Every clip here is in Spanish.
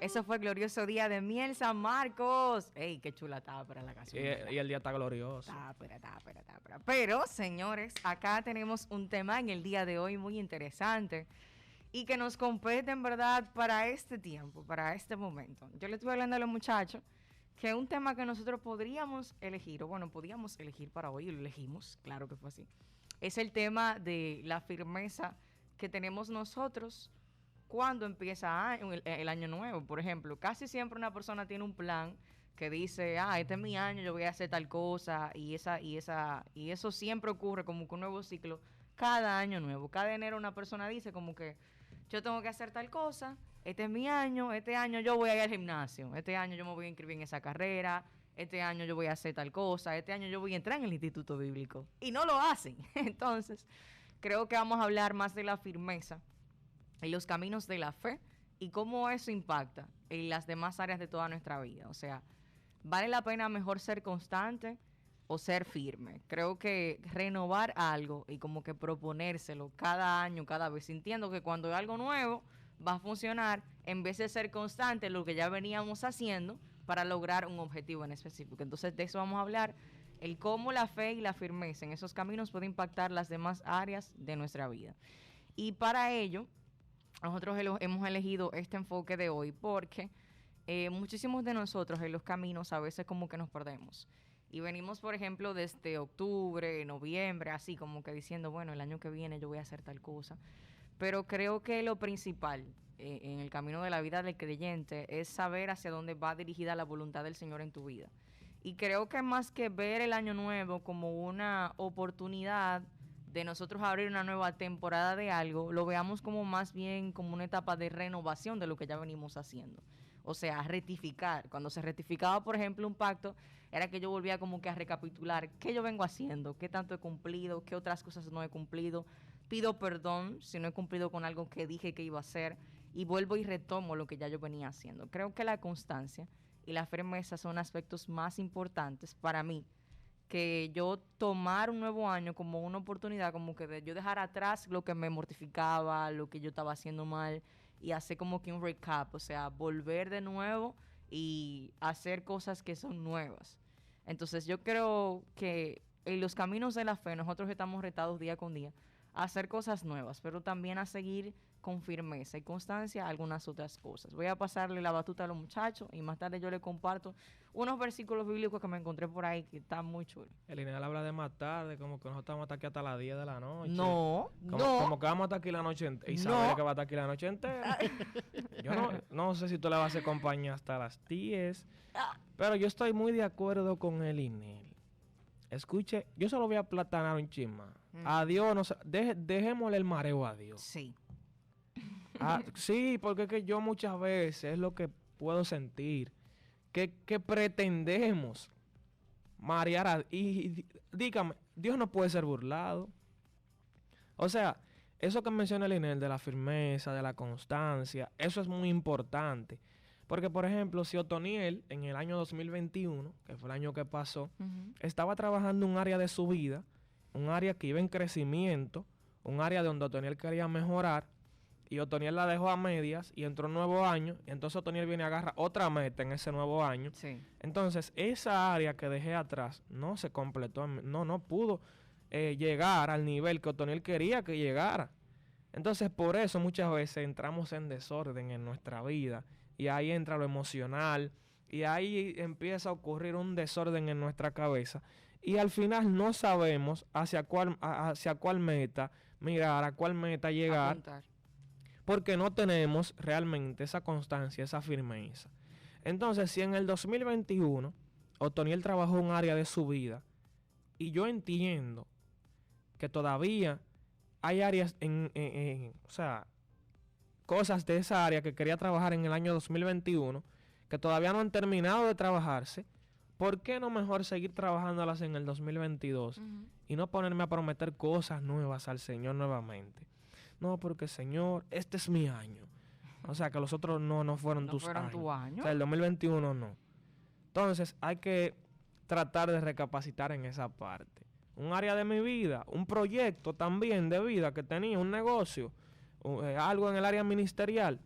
Eso fue el glorioso día de miel San Marcos. ¡Ey, qué chula estaba para la canción! Y el día está glorioso. Pero, señores, acá tenemos un tema en el día de hoy muy interesante y que nos compete en verdad para este tiempo, para este momento. Yo le estuve hablando a los muchachos que un tema que nosotros podríamos elegir, o bueno, podíamos elegir para hoy, y lo elegimos, claro que fue así, es el tema de la firmeza que tenemos nosotros cuando empieza el año nuevo. Por ejemplo, casi siempre una persona tiene un plan que dice, este es mi año, yo voy a hacer tal cosa, y eso siempre ocurre como que un nuevo ciclo cada año nuevo. Cada enero una persona dice como que yo tengo que hacer tal cosa, este es mi año, este año yo voy a ir al gimnasio, este año yo me voy a inscribir en esa carrera, este año yo voy a hacer tal cosa, este año yo voy a entrar en el instituto bíblico. Y no lo hacen. Entonces, creo que vamos a hablar más de la firmeza en los caminos de la fe y cómo eso impacta en las demás áreas de toda nuestra vida. O sea, ¿vale la pena mejor ser constante o ser firme? Creo que renovar algo y como que proponérselo cada año, cada vez, sintiendo que cuando hay algo nuevo va a funcionar, en vez de ser constante lo que ya veníamos haciendo para lograr un objetivo en específico. Entonces de eso vamos a hablar, el cómo la fe y la firmeza en esos caminos puede impactar las demás áreas de nuestra vida. Y para ello, nosotros hemos elegido este enfoque de hoy porque muchísimos de nosotros en los caminos a veces como que nos perdemos. Y venimos, por ejemplo, desde octubre, noviembre, así como que diciendo, bueno, el año que viene yo voy a hacer tal cosa. Pero creo que lo principal en el camino de la vida del creyente es saber hacia dónde va dirigida la voluntad del Señor en tu vida. Y creo que más que ver el año nuevo como una oportunidad de nosotros abrir una nueva temporada de algo, lo veamos como más bien como una etapa de renovación de lo que ya venimos haciendo. O sea, rectificar. Cuando se rectificaba, por ejemplo, un pacto, era que yo volvía como que a recapitular qué yo vengo haciendo, qué tanto he cumplido, qué otras cosas no he cumplido. Pido perdón si no he cumplido con algo que dije que iba a hacer y vuelvo y retomo lo que ya yo venía haciendo. Creo que la constancia y la firmeza son aspectos más importantes para mí que yo tomar un nuevo año como una oportunidad, como que yo dejar atrás lo que me mortificaba, lo que yo estaba haciendo mal y hacer como que un recap, o sea, volver de nuevo y hacer cosas que son nuevas. Entonces yo creo que en los caminos de la fe nosotros estamos retados día con día a hacer cosas nuevas, pero también a seguir con firmeza y constancia algunas otras cosas. Voy a pasarle la batuta a los muchachos y más tarde yo les comparto unos versículos bíblicos que me encontré por ahí que están muy chulos. El Inés habla de más tarde, como que nosotros estamos hasta aquí hasta las 10 de la noche. No. Como que vamos hasta aquí la noche entera. Y sabe que va a estar aquí la noche entera. Yo no sé si tú le vas a hacer compañía hasta las 10. Pero yo estoy muy de acuerdo con el Inés. Escuche, yo solo voy a platanar un chisma. Adiós, dejémosle el mareo a Dios. Sí. Sí, porque es que yo muchas veces es lo que puedo sentir. Que pretendemos marear y dígame, Dios no puede ser burlado. O sea, eso que menciona el Inés de la firmeza, de la constancia, eso es muy importante. Porque, por ejemplo, si Otoniel en el año 2021, que fue el año que pasó, estaba trabajando en un área de su vida, un área que iba en crecimiento, un área donde Otoniel quería mejorar, y Otoniel la dejó a medias y entró un nuevo año, y entonces Otoniel viene a agarrar otra meta en ese nuevo año. Sí. Entonces, esa área que dejé atrás no se completó, no pudo llegar al nivel que Otoniel quería que llegara. Entonces, por eso muchas veces entramos en desorden en nuestra vida, y ahí entra lo emocional, y ahí empieza a ocurrir un desorden en nuestra cabeza, y al final no sabemos hacia cuál meta mirar, a cuál meta llegar, Apuntar. porque no tenemos realmente esa constancia, esa firmeza. Entonces, si en el 2021 Otoniel trabajó un área de su vida, y yo entiendo que todavía hay áreas o sea, cosas de esa área que quería trabajar en el año 2021 que todavía no han terminado de trabajarse, ¿por qué no mejor seguir trabajándolas en el 2022 y no ponerme a prometer cosas nuevas al Señor nuevamente? No, porque Señor, este es mi año. O sea, que los otros no fueron tus años. Tu año. O sea, el 2021 no. Entonces, hay que tratar de recapacitar en esa parte. Un área de mi vida, un proyecto también de vida que tenía, un negocio, algo en el área ministerial.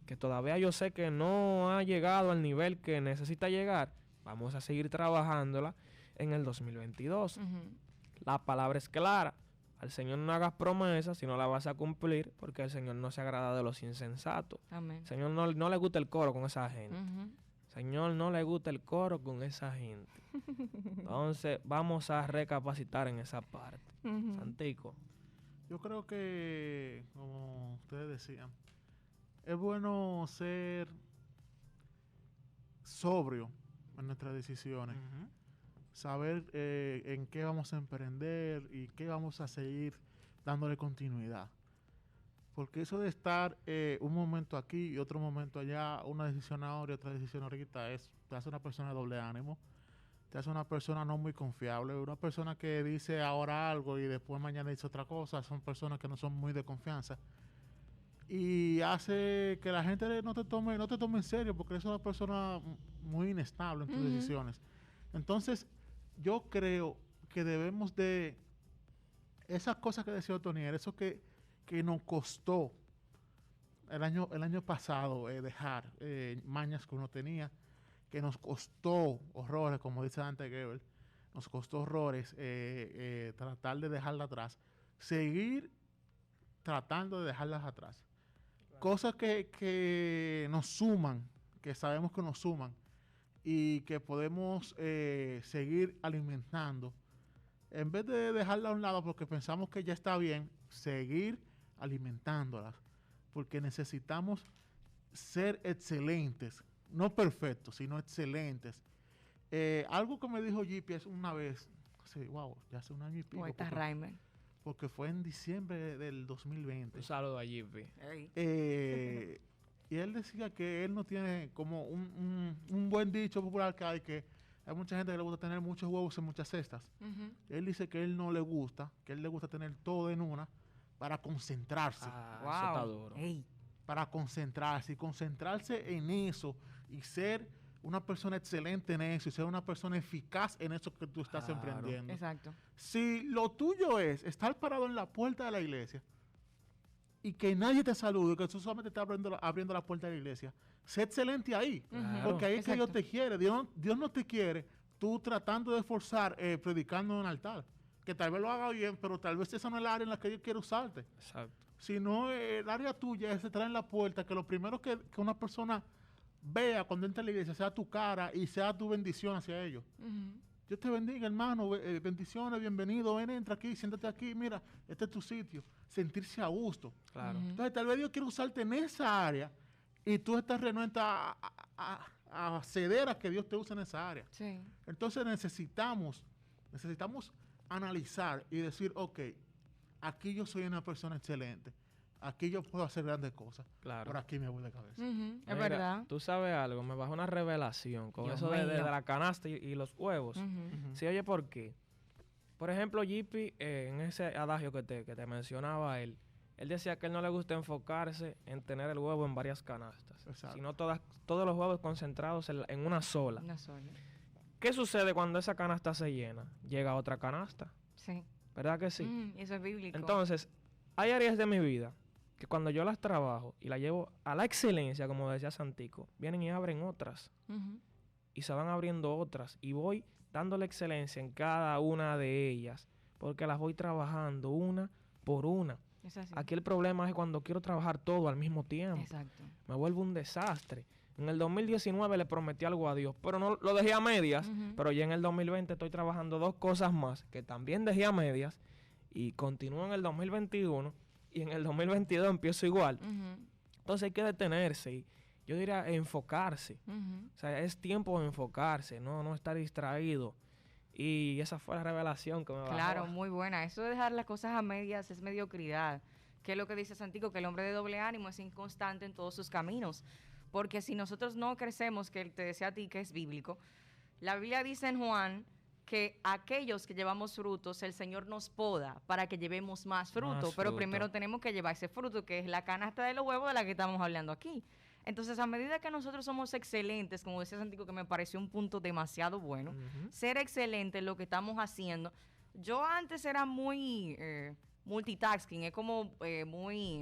que todavía yo sé que no ha llegado al nivel que necesita llegar, vamos a seguir trabajándola en el 2022. La palabra es clara. Al Señor no hagas promesas si no la vas a cumplir, porque el Señor no se agrada de los insensatos. Amén. El Señor no le gusta el coro con esa gente. Señor no le gusta el coro con esa gente. Entonces, vamos a recapacitar en esa parte. Santico. Yo creo que, como ustedes decían, es bueno ser sobrio en nuestras decisiones. Saber en qué vamos a emprender y qué vamos a seguir dándole continuidad. Porque eso de estar un momento aquí y otro momento allá, una decisión ahora y otra decisión ahorita, te hace una persona de doble ánimo, te hace una persona no muy confiable, una persona que dice ahora algo y después mañana dice otra cosa, son personas que no son muy de confianza. Y hace que la gente no te tome en serio, porque eres una persona muy inestable en tus decisiones. Entonces, yo creo que debemos de esas cosas que decía Otoniel, eso que nos costó el año pasado dejar mañas que uno tenía, que nos costó horrores, como dice Dante Gebel, nos costó horrores tratar de dejarla atrás, seguir tratando de dejarlas atrás. Cosas que nos suman, que sabemos que nos suman y que podemos seguir alimentando. En vez de dejarla a un lado porque pensamos que ya está bien, seguir alimentándolas. Porque necesitamos ser excelentes, no perfectos, sino excelentes. Algo que me dijo GPS una vez, ya hace un año y pico. Poeta Raimer. Porque fue en diciembre del 2020. Un saludo a Jippy. Y él decía que él no tiene como un buen dicho popular que hay mucha gente que le gusta tener muchos huevos en muchas cestas. Él dice que él no le gusta, que él le gusta tener todo en una para concentrarse. Eso está duro. Para concentrarse y concentrarse en eso y ser una persona excelente en eso y ser una persona eficaz en eso que tú estás emprendiendo. Exacto. Si lo tuyo es estar parado en la puerta de la iglesia y que nadie te salude, que tú solamente estás abriendo la puerta de la iglesia, sé excelente ahí, porque ahí es que Dios te quiere. Dios no te quiere tú tratando de esforzar predicando en un altar, que tal vez lo haga bien, pero tal vez esa no es el área en la que Dios quiere usarte. Exacto. Sino el área tuya es estar en la puerta, que lo primero que una persona vea cuando entra a la iglesia sea tu cara y sea tu bendición hacia ellos. Dios te bendiga, hermano, bendiciones, bienvenido, ven, entra aquí, siéntate aquí, mira, este es tu sitio, sentirse a gusto. Claro. Entonces tal vez Dios quiere usarte en esa área y tú estás renuente a ceder a que Dios te use en esa área. Sí. Entonces necesitamos analizar y decir, ok, aquí yo soy una persona excelente, aquí yo puedo hacer grandes cosas, por aquí me voy de cabeza. Es verdad. Tú sabes algo, me bajó una revelación con Dios eso de mío. la canasta y los huevos. Sí, oye, ¿por qué? Por ejemplo, JP, en ese adagio que te mencionaba él decía que él no le gusta enfocarse en tener el huevo en varias canastas, sino todos los huevos concentrados en una sola. Una sola. ¿Qué sucede cuando esa canasta se llena? Llega otra canasta. Sí. ¿Verdad que sí? Eso es bíblico. Entonces, hay áreas de mi vida que cuando yo las trabajo y las llevo a la excelencia, como decía Santico, vienen y abren otras. Y se van abriendo otras. Y voy dándole excelencia en cada una de ellas, porque las voy trabajando una por una. Es así. Aquí el problema es cuando quiero trabajar todo al mismo tiempo. Exacto. Me vuelvo un desastre. En el 2019 le prometí algo a Dios, pero no lo dejé a medias. Pero ya en el 2020 estoy trabajando 2 cosas más que también dejé a medias y continúo en el 2021 y en el 2022 empiezo igual. Entonces hay que detenerse y yo diría enfocarse. O sea, es tiempo de enfocarse, no estar distraído. Y esa fue la revelación que me bajó. Claro, muy buena. Eso de dejar las cosas a medias es mediocridad. Que es lo que dice Santico, que el hombre de doble ánimo es inconstante en todos sus caminos. Porque si nosotros no crecemos, que te decía a ti que es bíblico, la Biblia dice en Juan que aquellos que llevamos frutos, el Señor nos poda para que llevemos más fruto. Pero primero tenemos que llevar ese fruto, que es la canasta de los huevos de la que estamos hablando aquí. Entonces, a medida que nosotros somos excelentes, como decía Santiago, que me pareció un punto demasiado bueno, ser excelente en lo que estamos haciendo. Yo antes era muy multitasking, es como muy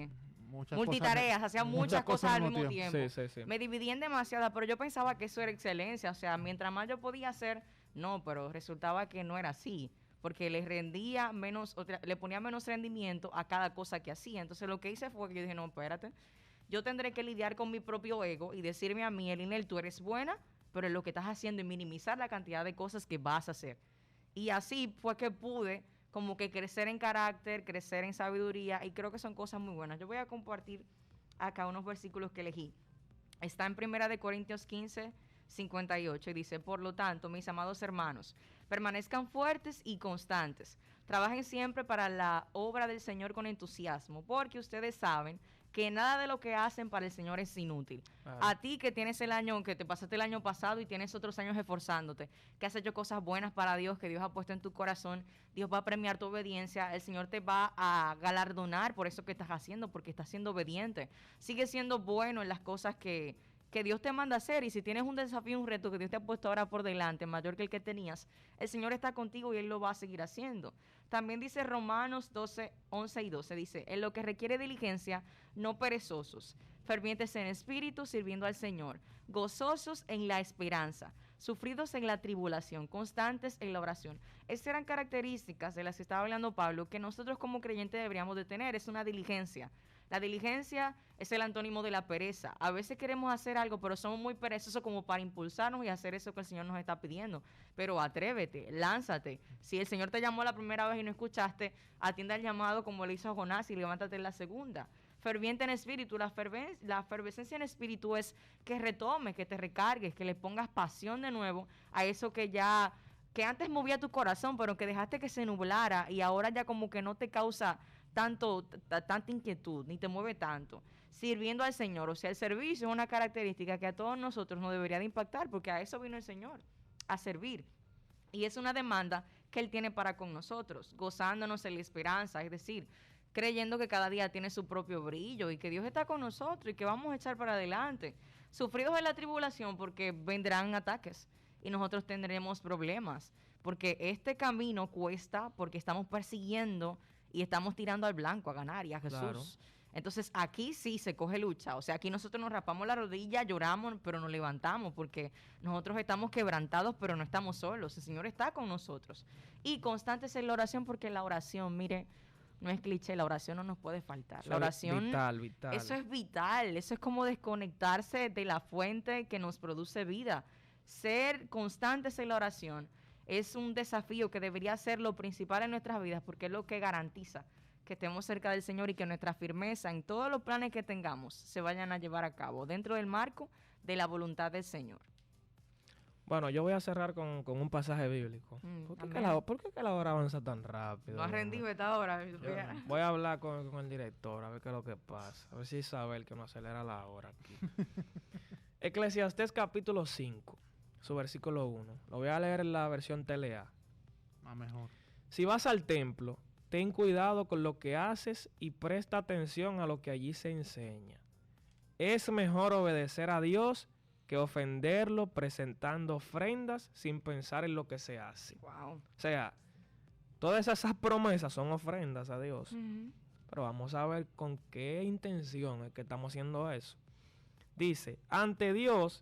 muchas multitareas, hacía muchas cosas al mismo tiempo. Sí, sí, sí. Me dividí en demasiadas, pero yo pensaba que eso era excelencia. O sea, mientras más yo podía hacer, no, pero resultaba que no era así. Porque le rendía menos, le ponía menos rendimiento a cada cosa que hacía. Entonces lo que hice fue que yo dije, no, espérate, yo tendré que lidiar con mi propio ego y decirme a mí, Elinel, tú eres buena, pero en lo que estás haciendo es minimizar la cantidad de cosas que vas a hacer. Y así fue que pude como que crecer en carácter, crecer en sabiduría, y creo que son cosas muy buenas. Yo voy a compartir acá unos versículos que elegí. Está en 1 Corintios 15:58 y dice, por lo tanto, mis amados hermanos, permanezcan fuertes y constantes. Trabajen siempre para la obra del Señor con entusiasmo, porque ustedes saben que nada de lo que hacen para el Señor es inútil. Claro. A ti que tienes el año, que te pasaste el año pasado y tienes otros años esforzándote, que has hecho cosas buenas para Dios, que Dios ha puesto en tu corazón, Dios va a premiar tu obediencia, el Señor te va a galardonar por eso que estás haciendo, porque estás siendo obediente. Sigue siendo bueno en las cosas que Dios te manda a hacer, y si tienes un desafío, un reto que Dios te ha puesto ahora por delante, mayor que el que tenías, el Señor está contigo y Él lo va a seguir haciendo. También dice Romanos 12:11 y 12, dice, en lo que requiere diligencia, no perezosos, fervientes en espíritu, sirviendo al Señor, gozosos en la esperanza, sufridos en la tribulación, constantes en la oración. Esas eran características de las que estaba hablando Pablo, que nosotros como creyentes deberíamos de tener, es una diligencia. La diligencia es el antónimo de la pereza. A veces queremos hacer algo, pero somos muy perezosos como para impulsarnos y hacer eso que el Señor nos está pidiendo. Pero atrévete, lánzate. Si el Señor te llamó la primera vez y no escuchaste, atiende al llamado como le hizo a Jonás y levántate en la segunda. Ferviente en espíritu, la efervescencia en espíritu es que retomes, que te recargues, que le pongas pasión de nuevo a eso que antes movía tu corazón, pero que dejaste que se nublara y ahora ya como que no te causa tanta inquietud, ni te mueve tanto. Sirviendo al Señor, o sea, el servicio es una característica que a todos nosotros nos debería de impactar, porque a eso vino el Señor, a servir. Y es una demanda que Él tiene para con nosotros, gozándonos en la esperanza, es decir, creyendo que cada día tiene su propio brillo y que Dios está con nosotros y que vamos a echar para adelante. Sufridos en la tribulación porque vendrán ataques y nosotros tendremos problemas, porque este camino cuesta, porque estamos persiguiendo y estamos tirando al blanco a ganar y a Jesús. Claro. Entonces aquí sí se coge lucha, o sea, aquí nosotros nos rapamos la rodilla, lloramos, pero nos levantamos porque nosotros estamos quebrantados, pero no estamos solos, el Señor está con nosotros. Y constantes en la oración, porque la oración, mire, no es cliché, la oración no nos puede faltar. La oración, vital. eso es vital, eso es como desconectarse de la fuente que nos produce vida. Ser constantes en la oración es un desafío que debería ser lo principal en nuestras vidas, porque es lo que garantiza que estemos cerca del Señor y que nuestra firmeza en todos los planes que tengamos se vayan a llevar a cabo dentro del marco de la voluntad del Señor. Bueno, yo voy a cerrar con un pasaje bíblico. ¿Por qué que la hora avanza tan rápido? No has rendido esta hora. Voy a hablar con el director, a ver qué es lo que pasa. A ver si Isabel que nos acelera la hora aquí. Eclesiastés capítulo 5, su versículo 1. Lo voy a leer en la versión TLA. Mejor. Si vas al templo, ten cuidado con lo que haces y presta atención a lo que allí se enseña. Es mejor obedecer a Dios que ofenderlo presentando ofrendas sin pensar en lo que se hace. Wow. O sea, todas esas promesas son ofrendas a Dios. Uh-huh. Pero vamos a ver con qué intención es que estamos haciendo eso. Dice, ante Dios,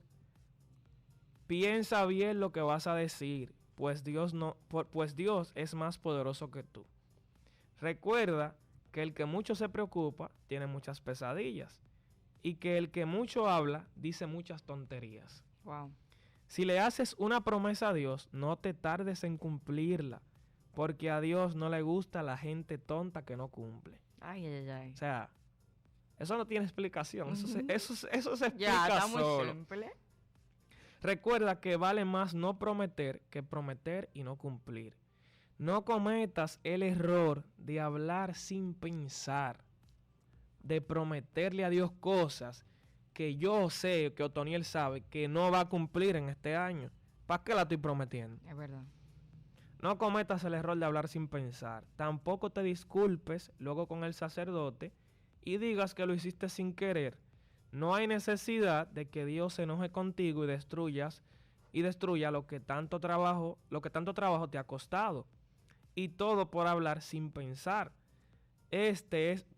piensa bien lo que vas a decir, pues Dios es más poderoso que tú. Recuerda que el que mucho se preocupa tiene muchas pesadillas y que el que mucho habla dice muchas tonterías. Wow. Si le haces una promesa a Dios, no te tardes en cumplirla, porque a Dios no le gusta la gente tonta que no cumple. Ay. O sea, eso no tiene explicación. Uh-huh. Eso se explica ya, está muy solo. simple. Recuerda que vale más no prometer que prometer y no cumplir. No cometas el error de hablar sin pensar, de prometerle a Dios cosas que yo sé, que Otoniel sabe, que no va a cumplir en este año. ¿Para qué la estoy prometiendo? Es verdad. No cometas el error de hablar sin pensar. Tampoco te disculpes luego con el sacerdote y digas que lo hiciste sin querer. No hay necesidad de que Dios se enoje contigo y destruya lo que tanto trabajo te ha costado. Y todo por hablar sin pensar. Este es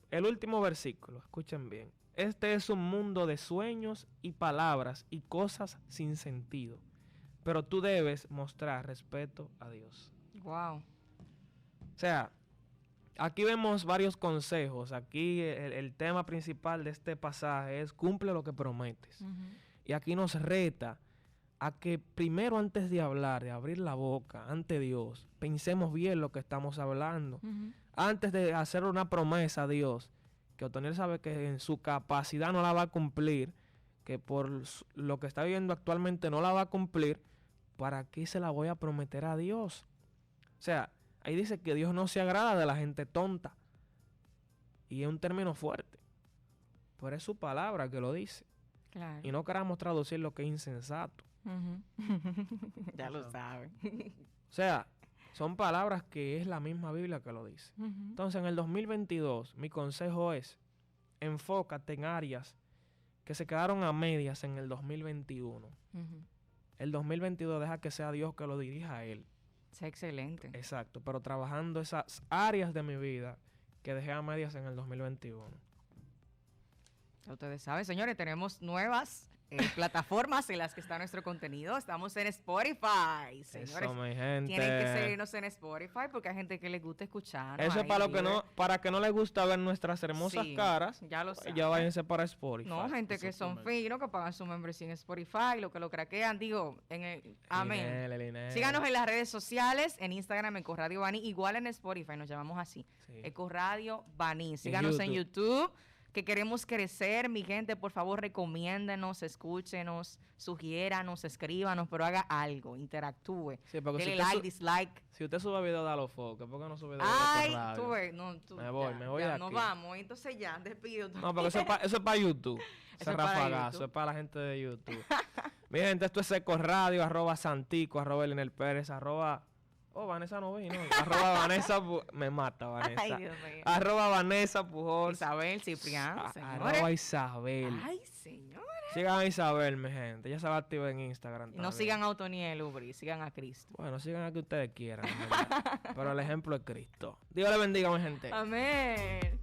el último versículo, escuchen bien. Este es un mundo de sueños y palabras y cosas sin sentido. Pero tú debes mostrar respeto a Dios. Wow. O sea, aquí vemos varios consejos. Aquí el tema principal de este pasaje es cumple lo que prometes. Y aquí nos reta a que primero, antes de hablar, de abrir la boca ante Dios, pensemos bien lo que estamos hablando. Antes de hacer una promesa a Dios, que Otoniel sabe que en su capacidad no la va a cumplir, que por lo que está viviendo actualmente no la va a cumplir, ¿para qué se la voy a prometer a Dios? O sea, ahí dice que Dios no se agrada de la gente tonta. Y es un término fuerte. Pero es su palabra que lo dice. Claro. Y no queramos traducir lo que es insensato. Ya lo saben. O sea, son palabras que es la misma Biblia que lo dice. Entonces, en el 2022, mi consejo es, enfócate en áreas que se quedaron a medias en el 2021. El 2022 deja que sea Dios que lo dirija a él. Es excelente. Exacto, pero trabajando esas áreas de mi vida que dejé a medias en el 2021. Ya ustedes saben, señores, tenemos nuevas plataformas en las que está nuestro contenido. Estamos en Spotify, señores. Eso, mi gente. Tienen que seguirnos en Spotify porque hay gente que les gusta escuchar. Eso es para que no les gusta ver nuestras hermosas caras. Ya lo saben. Ya váyanse para Spotify. No, gente que son finos, que pagan su membresía en Spotify, lo que lo craquean, digo, amén. Síganos en las redes sociales, en Instagram, Ecoradio Baní, igual en Spotify, nos llamamos así. Sí. Ecoradio Baní. Síganos en YouTube, que queremos crecer, mi gente, por favor, recomiéndenos, escúchenos, sugiéranos, escríbanos, pero haga algo, interactúe. Sí, porque Dele like, dislike. Si usted sube video, dalo foco. ¿Por qué no sube video Ay, de radio? tú ves, no, tú. Me voy de aquí. Nos vamos, entonces ya, despido. No, porque eso es para YouTube. Ese es para rafagazo, YouTube. es para la gente de YouTube. Mi gente, esto es Ecoradio, @Santico, @Elinel Pérez, Oh, Vanessa no vino. Vanessa me mata, Vanessa. Ay, Dios mío. Vanessa Pujol. Isabel Ciprián, señores. Isabel. Ay, señores. Sigan a Isabel, mi gente. Ella se va a activar en Instagram. Y no también. sigan a Otoniel Ubri, sigan a Cristo. Bueno, sigan a que ustedes quieran. ¿Verdad? Pero el ejemplo es Cristo. Dios le bendiga, mi gente. Amén.